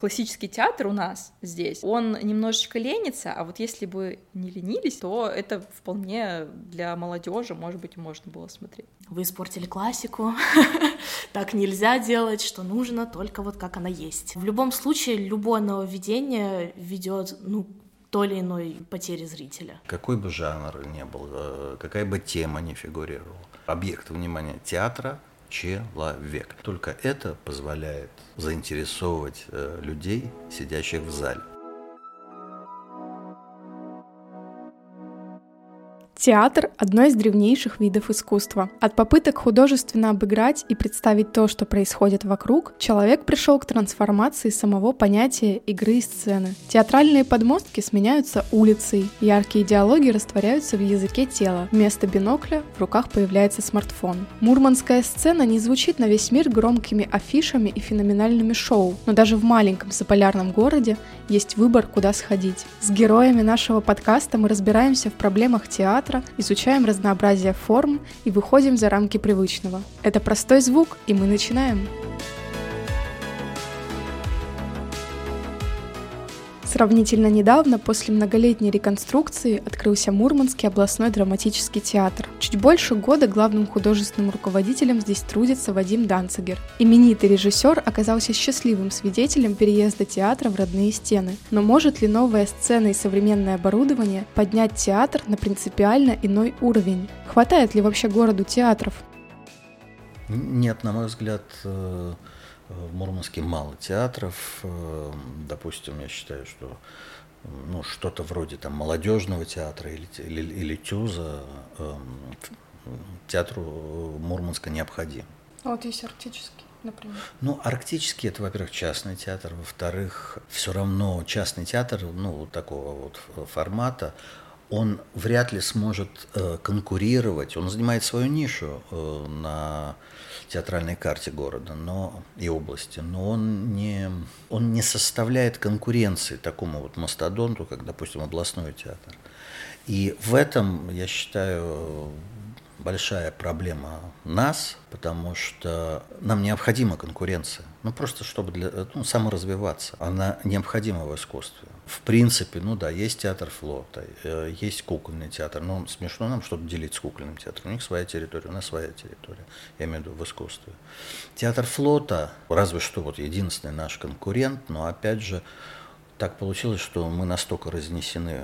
Классический театр у нас здесь, он немножечко ленится, а вот если бы не ленились, то это вполне для молодежи, может быть, можно было смотреть. Вы испортили классику, так нельзя делать, что нужно только вот как она есть. В любом случае, любое нововведение ведет, той или иной потери зрителя. Какой бы жанр ни был, какая бы тема ни фигурировала, объект внимания театра — человек. Только это позволяет заинтересовывать людей, сидящих в зале. Театр – одно из древнейших видов искусства. От попыток художественно обыграть и представить то, что происходит вокруг, человек пришел к трансформации самого понятия игры и сцены. Театральные подмостки сменяются улицей, яркие диалоги растворяются в языке тела. Вместо бинокля в руках появляется смартфон. Мурманская сцена не звучит на весь мир громкими афишами и феноменальными шоу, но даже в маленьком заполярном городе есть выбор, куда сходить. С героями нашего подкаста мы разбираемся в проблемах театра, изучаем разнообразие форм и выходим за рамки привычного. Это простой звук, и мы начинаем. Сравнительно недавно, после многолетней реконструкции, открылся Мурманский областной драматический театр. Чуть больше года главным художественным руководителем здесь трудится Вадим Данцигер. Именитый режиссер оказался счастливым свидетелем переезда театра в родные стены. Но может ли новая сцена и современное оборудование поднять театр на принципиально иной уровень? Хватает ли вообще городу театров? Нет, на мой взгляд, в Мурманске мало театров. Допустим, я считаю, что что-то вроде молодежного театра или ТЮЗа театру Мурманска необходим. А вот есть арктический, например. Арктический — это, во-первых, частный театр, во-вторых, все равно частный театр, такого формата, он вряд ли сможет конкурировать, он занимает свою нишу на театральной карте города и области, но он не составляет конкуренции такому мастодонту, как, допустим, областной театр. И в этом, я считаю, большая проблема нас, потому что нам необходима конкуренция. Просто чтобы саморазвиваться. Она необходима в искусстве. В принципе, есть театр флота, есть кукольный театр. Но смешно нам что-то делить с кукольным театром. У них своя территория, у нас своя территория. Я имею в виду в искусстве. Театр флота, разве что единственный наш конкурент, но опять же, так получилось, что мы настолько разнесены.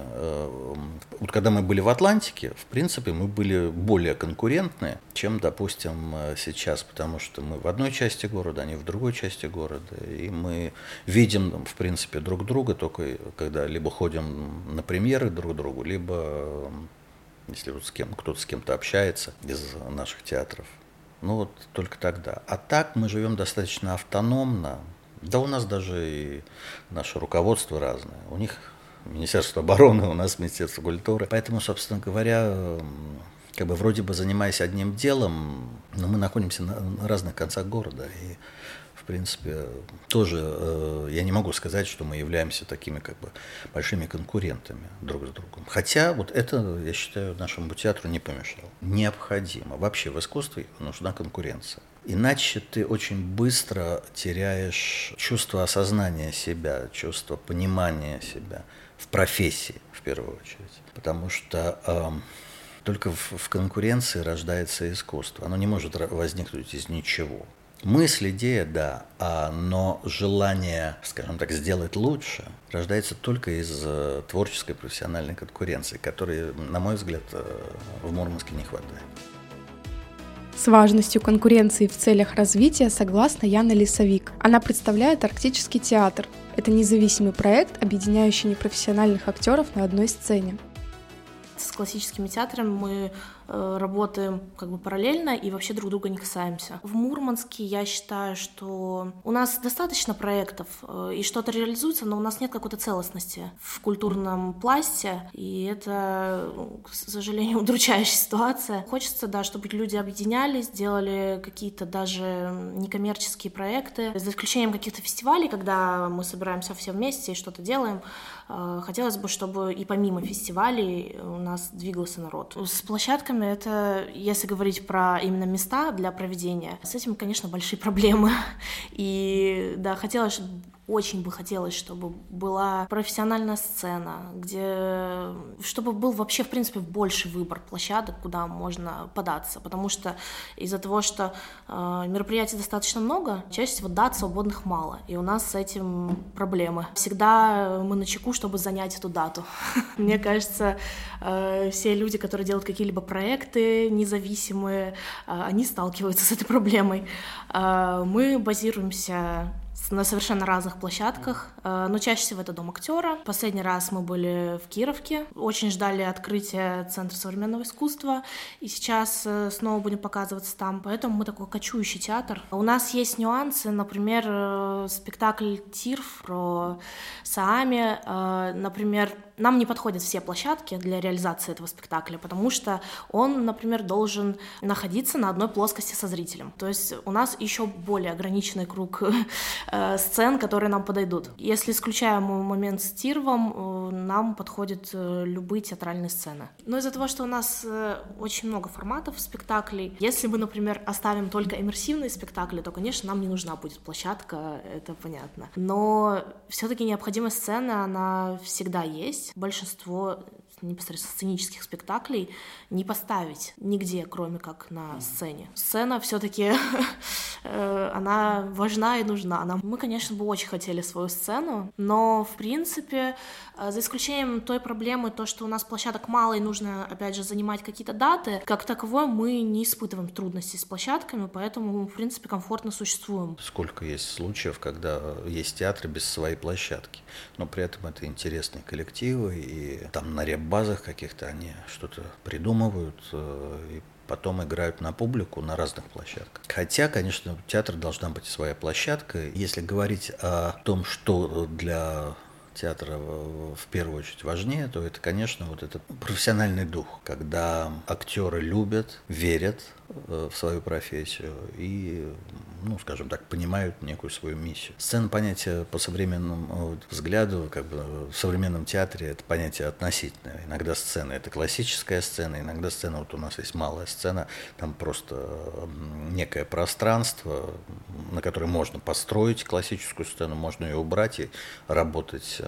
Когда мы были в Атлантике, в принципе, мы были более конкурентны, чем, допустим, сейчас, потому что мы в одной части города, они в другой части города, и мы видим, в принципе, друг друга только когда либо ходим на премьеры друг к другу, либо если кто-то с кем-то общается из наших театров. Только тогда. А так мы живем достаточно автономно. Да у нас даже и наше руководство разное. У них Министерство обороны, у нас Министерство культуры. Поэтому, собственно говоря, вроде бы занимаясь одним делом, но мы находимся на разных концах города. И, в принципе, тоже я не могу сказать, что мы являемся такими большими конкурентами друг с другом. Хотя это, я считаю, нашему театру не помешало. Необходимо. Вообще в искусстве нужна конкуренция. Иначе ты очень быстро теряешь чувство осознания себя, чувство понимания себя в профессии, в первую очередь. Потому что только в конкуренции рождается искусство. Оно не может возникнуть из ничего. Мысль, идея, да, но желание, скажем так, сделать лучше рождается только из творческой профессиональной конкуренции, которой, на мой взгляд, в Мурманске не хватает. С важностью конкуренции в целях развития согласна Яна Лисовик. Она представляет Арктический театр. Это независимый проект, объединяющий непрофессиональных актеров на одной сцене. С классическими театрами мы работаем параллельно и вообще друг друга не касаемся. В Мурманске я считаю, что у нас достаточно проектов и что-то реализуется, но у нас нет какой-то целостности в культурном пласте, и это, к сожалению, удручающая ситуация. Хочется, чтобы люди объединялись, делали какие-то даже некоммерческие проекты, за исключением каких-то фестивалей, когда мы собираемся все вместе и что-то делаем. Хотелось бы, чтобы и помимо фестивалей у нас двигался народ. С площадками это, если говорить про именно места для проведения, с этим, конечно, большие проблемы. И да, хотелось Очень бы хотелось, чтобы была профессиональная сцена, чтобы был вообще, в принципе, больше выбор площадок, куда можно податься, потому что из-за того, что мероприятий достаточно много, чаще всего дат свободных мало, и у нас с этим проблемы. Всегда мы начеку, чтобы занять эту дату. Мне кажется, все люди, которые делают какие-либо проекты независимые, они сталкиваются с этой проблемой. Мы базируемся на совершенно разных площадках, но чаще всего это Дом актера. Последний раз мы были в Кировке, очень ждали открытия Центра современного искусства, и сейчас снова будем показываться там, поэтому мы такой кочующий театр. У нас есть нюансы, например, спектакль «Тирф» про Саами, например, нам не подходят все площадки для реализации этого спектакля, потому что он, например, должен находиться на одной плоскости со зрителем. То есть у нас еще более ограниченный круг сцен, которые нам подойдут. Если исключаем момент с Тирвом, нам подходят любые театральные сцены. Но из-за того, что у нас очень много форматов спектаклей, если мы, например, оставим только иммерсивные спектакли, то, конечно, нам не нужна будет площадка, это понятно. Но все-таки необходимая сцена, она всегда есть. Большинство непосредственно сценических спектаклей не поставить нигде, кроме как на сцене. Сцена все-таки она важна и нужна. Мы, конечно, бы очень хотели свою сцену, но, в принципе, за исключением той проблемы, то, что у нас площадок мало и нужно, опять же, занимать какие-то даты, как таковой мы не испытываем трудностей с площадками, поэтому мы, в принципе, комфортно существуем. Сколько есть случаев, когда есть театры без своей площадки, но при этом это интересные коллективы, и там на реп-базах каких-то они что-то придумывают и потом играют на публику на разных площадках. Хотя, конечно, у театра должна быть своя площадка. Если говорить о том, что для театра в первую очередь важнее, то это, конечно, вот этот профессиональный дух, когда актеры любят, верят в свою профессию и, скажем так, понимают некую свою миссию. Сцена — понятие по современному взгляду, в современном театре это понятие относительное. Иногда сцена — это классическая сцена, иногда сцена, вот у нас есть малая сцена, там просто некое пространство, на которое можно построить классическую сцену, можно ее убрать и работать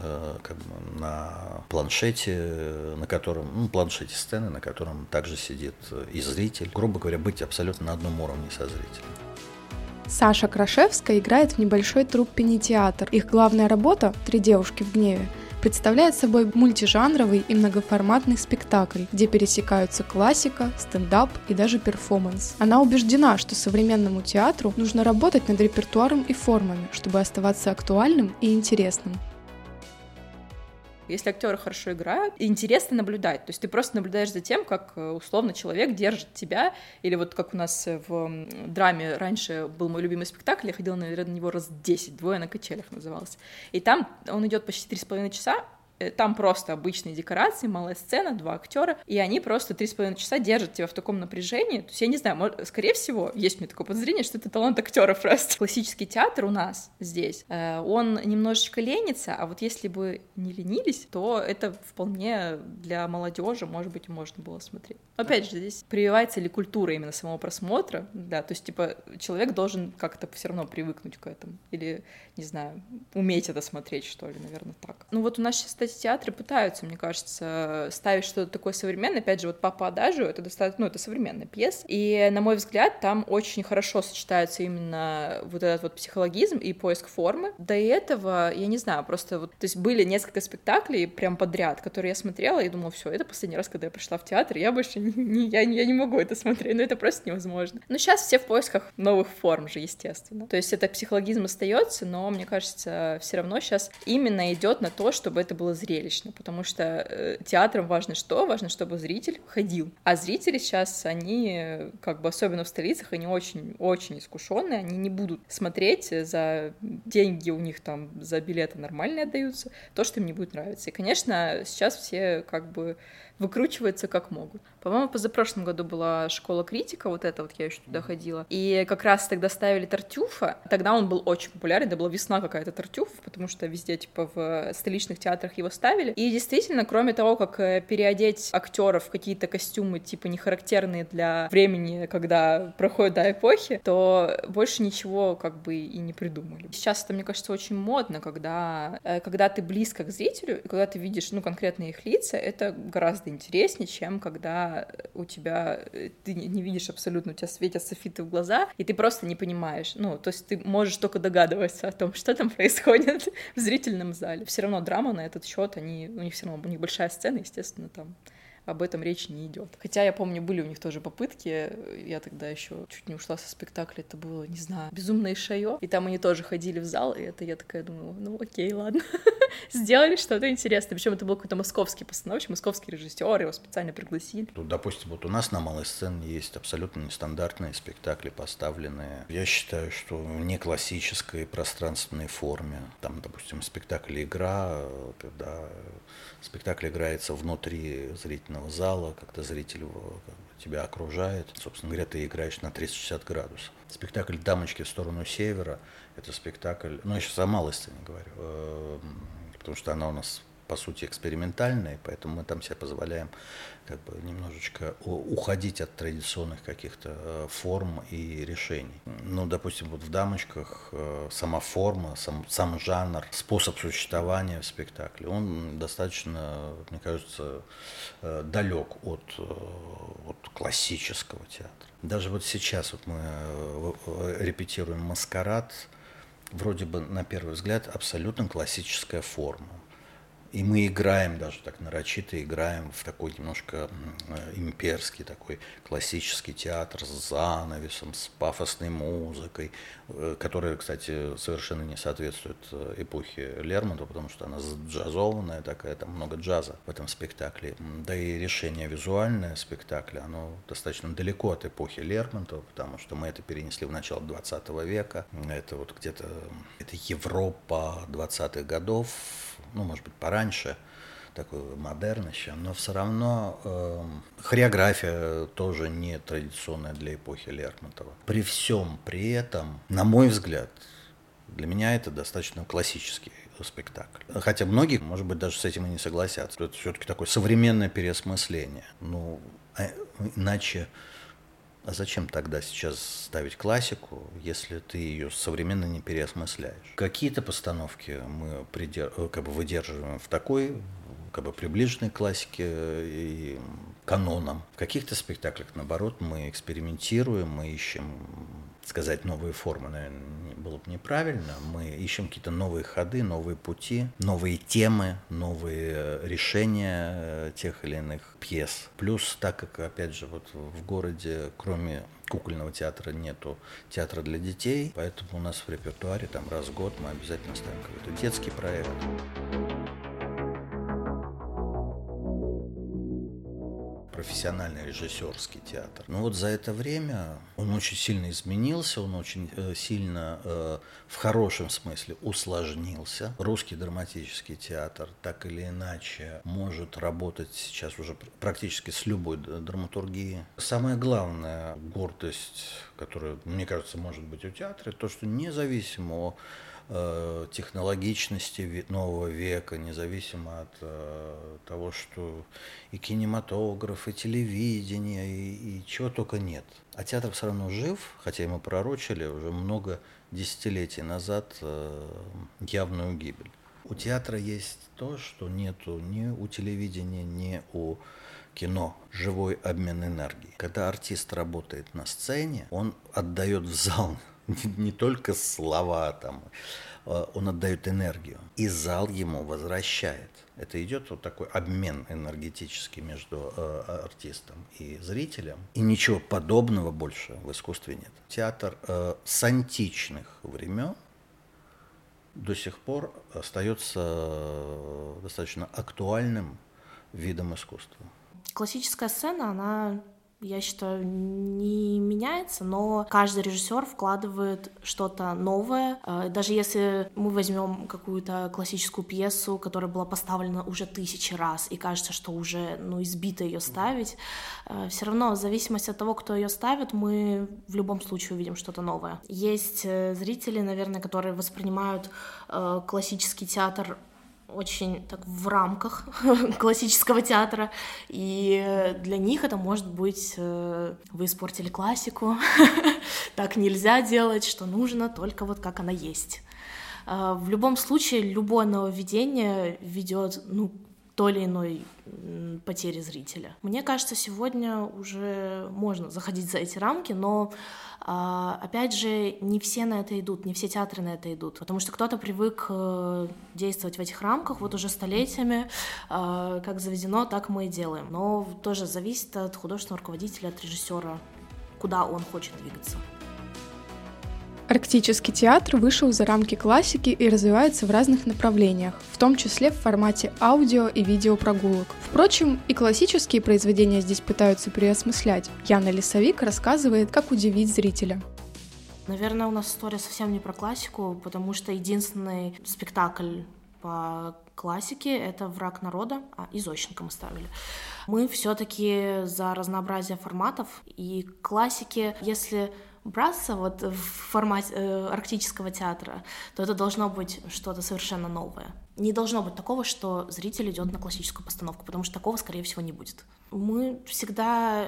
на планшете, планшете сцены, на котором также сидит и зритель. Грубо говоря, быть абсолютно на одном уровне со зрителем. Саша Крашевская играет в небольшой труппе «Не-театр». Их главная работа «Три девушки в гневе» представляет собой мультижанровый и многоформатный спектакль, где пересекаются классика, стендап и даже перформанс. Она убеждена, что современному театру нужно работать над репертуаром и формами, чтобы оставаться актуальным и интересным. Если актеры хорошо играют, интересно наблюдать. То есть ты просто наблюдаешь за тем, как условно человек держит тебя, или вот как у нас в драме раньше был мой любимый спектакль, я ходила, наверное, на него раз 10, «Двое на качелях» назывался. И там он идет почти 3,5 часа, там просто обычные декорации, малая сцена, 2 актера, и они просто 3,5 часа держат тебя в таком напряжении. То есть я не знаю, скорее всего, есть у меня такое подозрение, что это талант актера просто. Классический театр у нас здесь, он немножечко ленится, а вот если бы не ленились, то это вполне для молодежи, может быть, можно было смотреть. Но опять же, здесь прививается ли культура именно самого просмотра, да, то есть, человек должен как-то все равно привыкнуть к этому, или, не знаю, уметь это смотреть, что ли, наверное, так. Вот у нас сейчас, кстати, театры пытаются, мне кажется, ставить что-то такое современное. Опять же, вот «Папа Адажио» — это достаточно, это современная пьеса, и, на мой взгляд, там очень хорошо сочетаются именно вот этот вот психологизм и поиск формы. До этого, я не знаю, просто вот, то есть были несколько спектаклей прям подряд, которые я смотрела и думала, все, это последний раз, когда я пришла в театр, я больше я не могу это смотреть, это просто невозможно. Но сейчас все в поисках новых форм же, естественно. То есть это психологизм остается, но, мне кажется, все равно сейчас именно идет на то, чтобы это было зрелищно, потому что театрам важно что? Важно, чтобы зритель ходил. А зрители сейчас, они, особенно в столицах, они очень-очень искушенные, они не будут смотреть за деньги, у них там за билеты нормальные отдаются, то, что им не будет нравиться. И, конечно, сейчас все выкручиваются как могут. По-моему, позапрошлом году была школа критика, я еще туда ходила, и как раз тогда ставили Тартюфа, тогда он был очень популярен, это была весна какая-то Тартюфов, потому что везде, в столичных театрах его его ставили. И действительно, кроме того, как переодеть актеров в какие-то костюмы, типа, не характерные для времени, когда проходит эпохи, то больше ничего как бы и не придумали. Сейчас это, мне кажется, очень модно, когда ты близко к зрителю, и когда ты видишь, конкретные их лица, это гораздо интереснее, чем когда у тебя, ты не видишь абсолютно, у тебя светят софиты в глаза, и ты просто не понимаешь. То есть ты можешь только догадываться о том, что там происходит в зрительном зале. Все равно драма на этот счет, у них все равно, у них большая сцена, естественно, там об этом речь не идет. Хотя я помню, были у них тоже попытки, я тогда еще чуть не ушла со спектакля, это было, не знаю, «Безумное Шайо», и там они тоже ходили в зал, и это я такая думала, окей, ладно, сделали что-то интересное. Причем это был какой-то московский постановщик, московский режиссер, его специально пригласили. Тут, допустим, вот у нас на малой сцене есть абсолютно нестандартные спектакли, поставленные, я считаю, что в неклассической пространственной форме. Там, допустим, спектакль «Игра», когда спектакль играется внутри зрительного зала, когда зритель тебя окружает. Собственно говоря, ты играешь на 360 градусов. Спектакль «Дамочки в сторону севера» — это спектакль, я сейчас о малой сцене говорю, потому что она у нас, по сути, экспериментальная, поэтому мы там себе позволяем как бы немножечко уходить от традиционных каких-то форм и решений. Допустим, вот в «Дамочках» сама форма, сам жанр, способ существования в спектакле, он достаточно, мне кажется, далек от классического театра. Даже вот сейчас вот мы репетируем «Маскарад», вроде бы, на первый взгляд, абсолютно классическая форма. И мы играем, даже так нарочито играем в такой немножко имперский, такой классический театр с занавесом, с пафосной музыкой, которая, кстати, совершенно не соответствует эпохе Лермонтова, потому что она джазованная такая, там много джаза в этом спектакле. Да и решение визуальное спектакля, оно достаточно далеко от эпохи Лермонтова, потому что мы это перенесли в начало 20 века. Это вот где-то, это Европа 20-х годов, может быть, пораньше, такой модерн еще, но все равно хореография тоже не традиционная для эпохи Лермонтова. При всем при этом, на мой взгляд, для меня это достаточно классический спектакль. Хотя многие, может быть, даже с этим и не согласятся. Это все-таки такое современное переосмысление. Иначе... А зачем тогда сейчас ставить классику, если ты ее современно не переосмысляешь? Какие-то постановки мы выдерживаем в такой, приближенной классике и канонам. В каких-то спектаклях, наоборот, мы экспериментируем, мы ищем, сказать новые формы, наверное, было бы неправильно. Мы ищем какие-то новые ходы, новые пути, новые темы, новые решения тех или иных пьес. Плюс, так как, опять же, вот в городе, кроме кукольного театра, нету театра для детей, поэтому у нас в репертуаре там раз в год мы обязательно ставим какой-то детский проект. Профессиональный режиссерский театр. Но вот за это время он очень сильно изменился, он очень сильно, в хорошем смысле, усложнился. Русский драматический театр так или иначе может работать сейчас уже практически с любой драматургией. Самая главная гордость, которая, мне кажется, может быть у театра, то, что независимо от технологичности нового века, независимо от того, что и кинематограф, и телевидение, и чего только нет. А театр все равно жив, хотя ему пророчили уже много десятилетий назад явную гибель. У театра есть то, что нету ни у телевидения, ни у кино. Живой обмен энергией. Когда артист работает на сцене, он отдает в зал не только слова, он отдает энергию, и зал ему возвращает. Это идет вот такой обмен энергетический между артистом и зрителем, и ничего подобного больше в искусстве нет. Театр с античных времен до сих пор остается достаточно актуальным видом искусства. Классическая сцена, она, я считаю, не меняется, но каждый режиссер вкладывает что-то новое. Даже если мы возьмем какую-то классическую пьесу, которая была поставлена уже 1000 раз, и кажется, что уже избито ее ставить, все равно в зависимости от того, кто ее ставит, мы в любом случае увидим что-то новое. Есть зрители, наверное, которые воспринимают классический театр очень так в рамках классического театра, и для них это может быть «вы испортили классику», «так нельзя делать», что нужно только вот как она есть. В любом случае, любое нововведение ведет, той или иной потери зрителя. Мне кажется, сегодня уже можно заходить за эти рамки, но, опять же, не все на это идут, не все театры на это идут, потому что кто-то привык действовать в этих рамках вот уже столетиями, как заведено, так мы и делаем. Но тоже зависит от художественного руководителя, от режиссера, куда он хочет двигаться. Арктический театр вышел за рамки классики и развивается в разных направлениях, в том числе в формате аудио и видеопрогулок. Впрочем, и классические произведения здесь пытаются переосмыслять. Яна Лисовик рассказывает, как удивить зрителя. Наверное, у нас история совсем не про классику, потому что единственный спектакль по классике — это «Враг народа», и Зощенко мы ставили. Мы все-таки за разнообразие форматов, и классики, если браться вот в формате арктического театра, то это должно быть что-то совершенно новое. Не должно быть такого, что зритель идет на классическую постановку, потому что такого, скорее всего, не будет. Мы всегда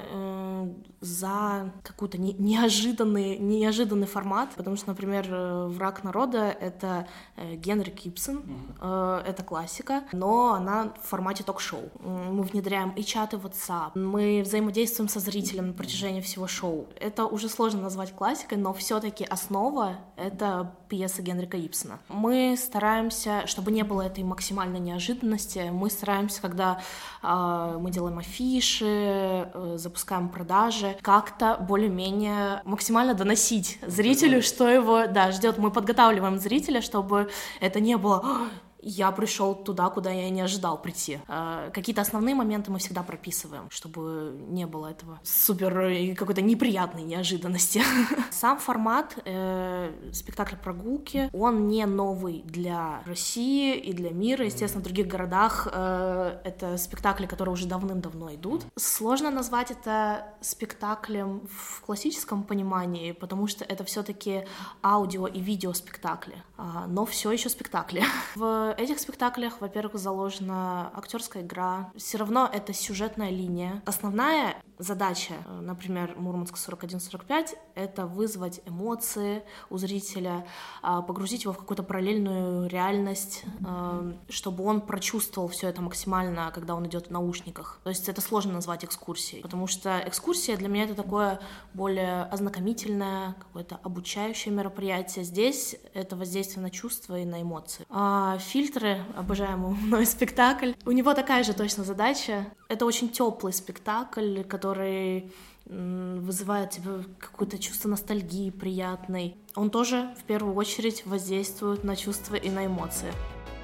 за какой-то неожиданный формат, потому что, например, «Враг народа» — это Генрик Ибсен, это классика, но она в формате ток-шоу. Мы внедряем и чаты в WhatsApp, мы взаимодействуем со зрителем на протяжении всего шоу. Это уже сложно назвать классикой, но все-таки основа — это пьеса Генрика Ибсена. Мы стараемся, чтобы не было этой максимальной неожиданности, мы стараемся, когда мы делаем афиши, запускаем продажи, как-то более-менее максимально доносить зрителю, что его ждет. Мы подготавливаем зрителя, чтобы это не было «я пришел туда, куда я не ожидал прийти». Какие-то основные моменты мы всегда прописываем, чтобы не было этого супер какой-то неприятной неожиданности. Сам формат спектакля «Прогулки», он не новый для России и для мира. Естественно, в других городах это спектакли, которые уже давным-давно идут. Сложно назвать это спектаклем в классическом понимании, потому что это все-таки аудио и видео спектакли, но все еще спектакли. В этих спектаклях, во-первых, заложена актерская игра, все равно это сюжетная линия. Основная задача, например, Мурманск 41-45, это вызвать эмоции у зрителя, погрузить его в какую-то параллельную реальность, чтобы он прочувствовал все это максимально, когда он идет в наушниках. То есть это сложно назвать экскурсией, потому что экскурсия для меня это такое более ознакомительное, какое-то обучающее мероприятие. Здесь это воздействие на чувства и на эмоции. «Фильтры», обожаемый мной спектакль, у него такая же точно задача. Это очень теплый спектакль, который вызывает у тебя какое-то чувство ностальгии приятной. Он тоже в первую очередь воздействует на чувства и на эмоции.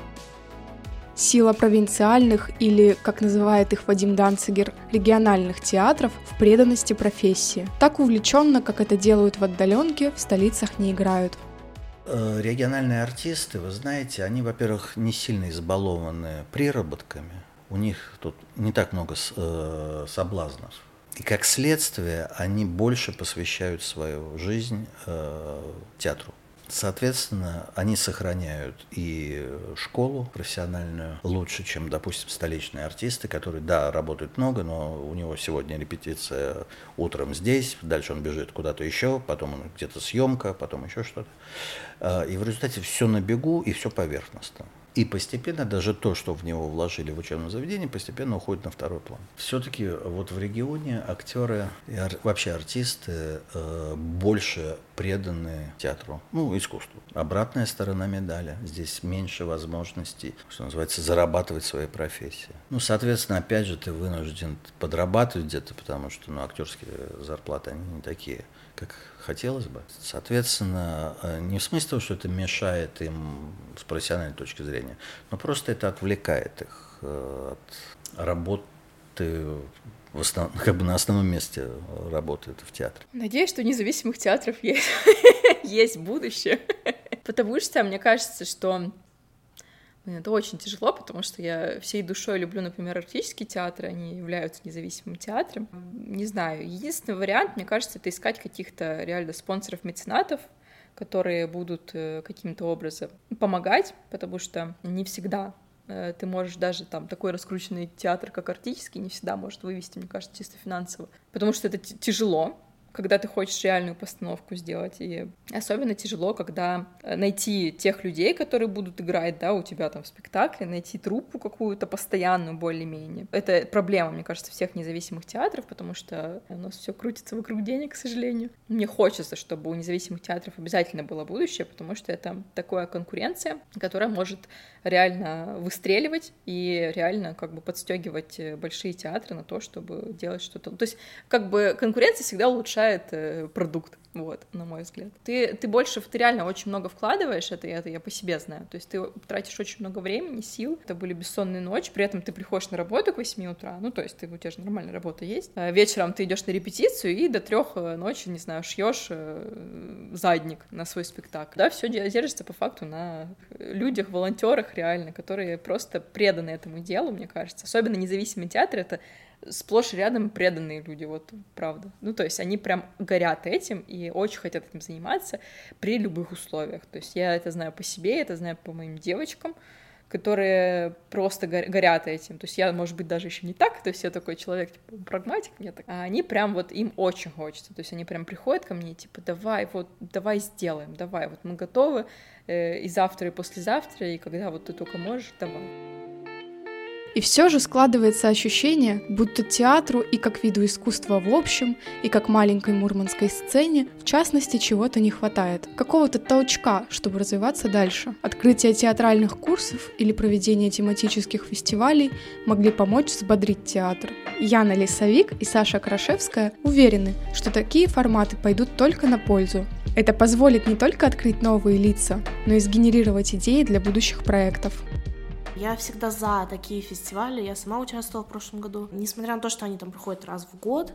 Сила провинциальных или, как называет их Вадим Данцигер, региональных театров в преданности профессии. Так увлеченно, как это делают в отдаленке, в столицах не играют. Региональные артисты, вы знаете, они, во-первых, не сильно избалованы приработками, у них тут не так много соблазнов. И как следствие, они больше посвящают свою жизнь театру. Соответственно, они сохраняют и школу профессиональную лучше, чем, допустим, столичные артисты, которые, да, работают много, но у него сегодня репетиция утром здесь, дальше он бежит куда-то еще, потом где-то съемка, потом еще что-то. И в результате все на бегу и все поверхностно. И постепенно даже то, что в него вложили в учебном заведении, постепенно уходит на второй план. Все-таки вот в регионе актеры и вообще артисты больше преданы театру, искусству. Обратная сторона медали. Здесь меньше возможностей, что называется, зарабатывать своей профессией. Соответственно, опять же, ты вынужден подрабатывать где-то, потому что актерские зарплаты, они не такие, как хотелось бы. Соответственно, не в смысле того, что это мешает им с профессиональной точки зрения, но просто это отвлекает их от работы, на основном месте работают в театре. Надеюсь, что у независимых театров есть будущее. Потому что мне кажется, что это очень тяжело, потому что я всей душой люблю, например, артистические театры, они являются независимым театром. Не знаю, единственный вариант, мне кажется, это искать каких-то реально спонсоров-меценатов, которые будут каким-то образом помогать, потому что не всегда ты можешь даже там такой раскрученный театр, как Артический, не всегда может вывести, мне кажется, чисто финансово, потому что это тяжело, когда ты хочешь реальную постановку сделать, и особенно тяжело, когда найти тех людей, которые будут играть, да, у тебя там в спектакле, найти труппу какую-то постоянную более-менее. Это проблема, мне кажется, всех независимых театров, потому что у нас все крутится вокруг денег, к сожалению. Мне хочется, чтобы у независимых театров обязательно было будущее, потому что это такая конкуренция, которая может реально выстреливать и реально как бы подстегивать большие театры на то, чтобы делать что-то. То есть как бы конкуренция всегда улучшает продукт, вот, на мой взгляд. Ты реально очень много вкладываешь, это я по себе знаю, то есть ты тратишь очень много времени, сил, это были бессонные ночи, при этом ты приходишь на работу к 8 утра, ну, то есть у тебя же нормальная работа есть, вечером ты идешь на репетицию и до 3 ночи, не знаю, шьешь задник на свой спектакль, да, все держится по факту на людях, волонтерах реально, которые просто преданы этому делу, мне кажется, особенно независимый театр, это сплошь и рядом преданные люди, вот правда. Ну, то есть они прям горят этим и очень хотят этим заниматься при любых условиях. То есть я это знаю по себе, это знаю по моим девочкам, которые просто горят этим. То есть я, может быть, даже еще не так, то есть я такой человек, типа, прагматик, мне так. А они прям вот, им очень хочется. То есть они прям приходят ко мне, типа, давай сделаем, давай, вот мы готовы и завтра, и послезавтра, и когда вот ты только можешь, давай. И все же складывается ощущение, будто театру и как виду искусства в общем, и как маленькой мурманской сцене, в частности, чего-то не хватает. Какого-то толчка, чтобы развиваться дальше. Открытие театральных курсов или проведение тематических фестивалей могли помочь взбодрить театр. Яна Лисовик и Саша Крашевская уверены, что такие форматы пойдут только на пользу. Это позволит не только открыть новые лица, но и сгенерировать идеи для будущих проектов. Я всегда за такие фестивали, я сама участвовала в прошлом году. Несмотря на то, что они там проходят раз в год,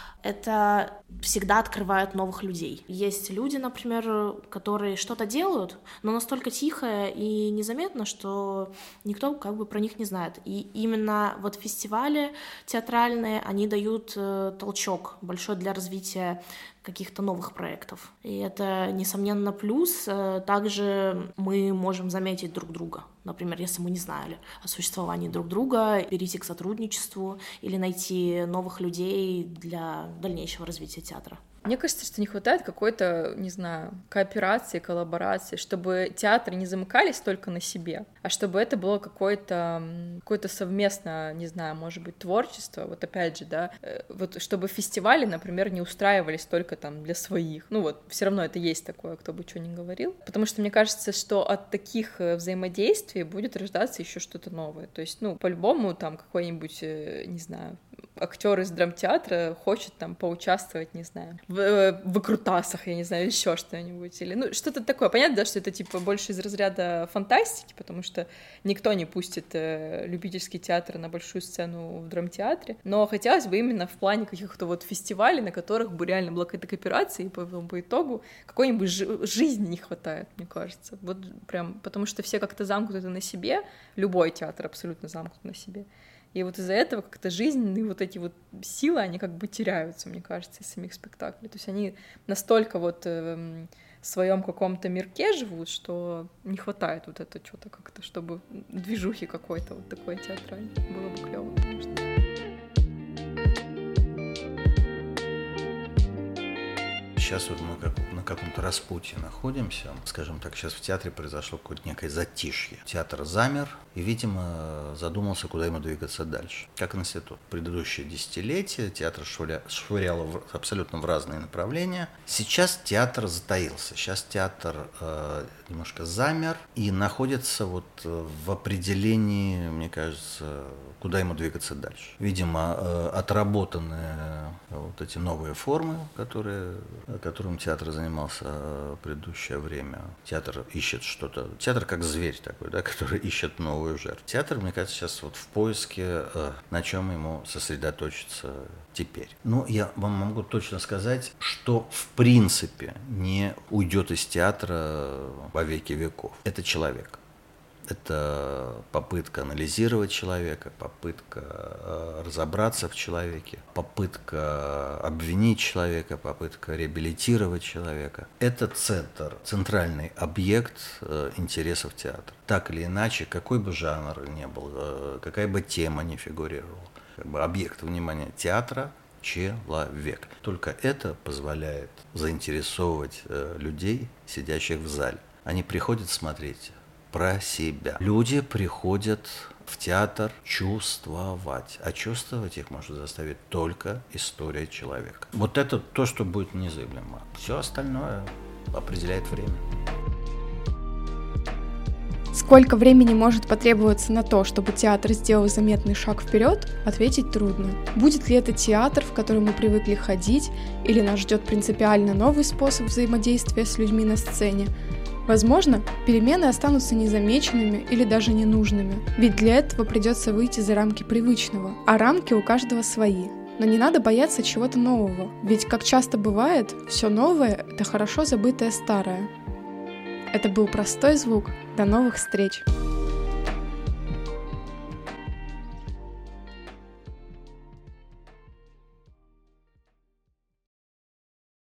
это всегда открывает новых людей. Есть люди, например, которые что-то делают, но настолько тихо и незаметно, что никто как бы про них не знает. И именно вот фестивали театральные, они дают толчок большой для развития каких-то новых проектов. И это, несомненно, плюс. Также мы можем заметить друг друга. Например, если мы не знали о существовании друг друга, перейти к сотрудничеству или найти новых людей для дальнейшего развития театра. Мне кажется, что не хватает какой-то, не знаю, кооперации, коллаборации, чтобы театры не замыкались только на себе, а чтобы это было какое-то совместное, не знаю, может быть, творчество, вот опять же, да, вот чтобы фестивали, например, не устраивались только там для своих, ну вот, все равно это есть такое, кто бы что ни говорил, потому что мне кажется, что от таких взаимодействий будет рождаться еще что-то новое, то есть, ну, по-любому там какой-нибудь, не знаю, актер из драмтеатра хочет там поучаствовать, не знаю, в выкрутасах, я не знаю, еще что-нибудь, или, ну, что-то такое. Понятно, да, что это, типа, больше из разряда фантастики, потому что никто не пустит любительский театр на большую сцену в драмтеатре, но хотелось бы именно в плане каких-то вот фестивалей, на которых бы реально была какая-то кооперация, и по итогу какой-нибудь жизни не хватает, мне кажется. Вот прям, потому что все как-то замкнуты на себе, любой театр абсолютно замкнут на себе. И вот из-за этого как-то жизненные вот эти вот силы, они как бы теряются, мне кажется, из самих спектаклей. То есть они настолько вот в своем каком-то мирке живут, что не хватает вот это что-то как-то, чтобы движухи какой-то вот такой театральной. Было бы клево, конечно. Сейчас вот мы на каком-то распутье находимся. Скажем так, сейчас в театре произошло какое-то некое затишье. Театр замер и, видимо, задумался, куда ему двигаться дальше. Как институт. Предыдущие десятилетия театр швыряло абсолютно в разные направления. Сейчас театр затаился. Сейчас театр немножко замер и находится вот в определении, мне кажется, куда ему двигаться дальше. Видимо, отработаны вот эти новые формы, которым театр занимался в предыдущее время. Театр ищет что-то. Театр как зверь такой, да, который ищет новую жертву. Театр, мне кажется, сейчас вот в поиске, на чем ему сосредоточиться теперь. Но я вам могу точно сказать, что в принципе не уйдет из театра во веки веков. Это человек. Это попытка анализировать человека, попытка разобраться в человеке, попытка обвинить человека, попытка реабилитировать человека. Это центр, центральный объект интересов театра. Так или иначе, какой бы жанр ни был, какая бы тема ни фигурировала, объект внимания театра – человек. Только это позволяет заинтересовывать людей, сидящих в зале. Они приходят смотреть про себя. Люди приходят в театр чувствовать, а чувствовать их может заставить только история человека. Вот это то, что будет незыблемо. Все остальное определяет время. Сколько времени может потребоваться на то, чтобы театр сделал заметный шаг вперед, ответить трудно. Будет ли это театр, в который мы привыкли ходить, или нас ждет принципиально новый способ взаимодействия с людьми на сцене? Возможно, перемены останутся незамеченными или даже ненужными, ведь для этого придется выйти за рамки привычного, а рамки у каждого свои. Но не надо бояться чего-то нового, ведь, как часто бывает, все новое – это хорошо забытое старое. Это был «Простой звук». До новых встреч!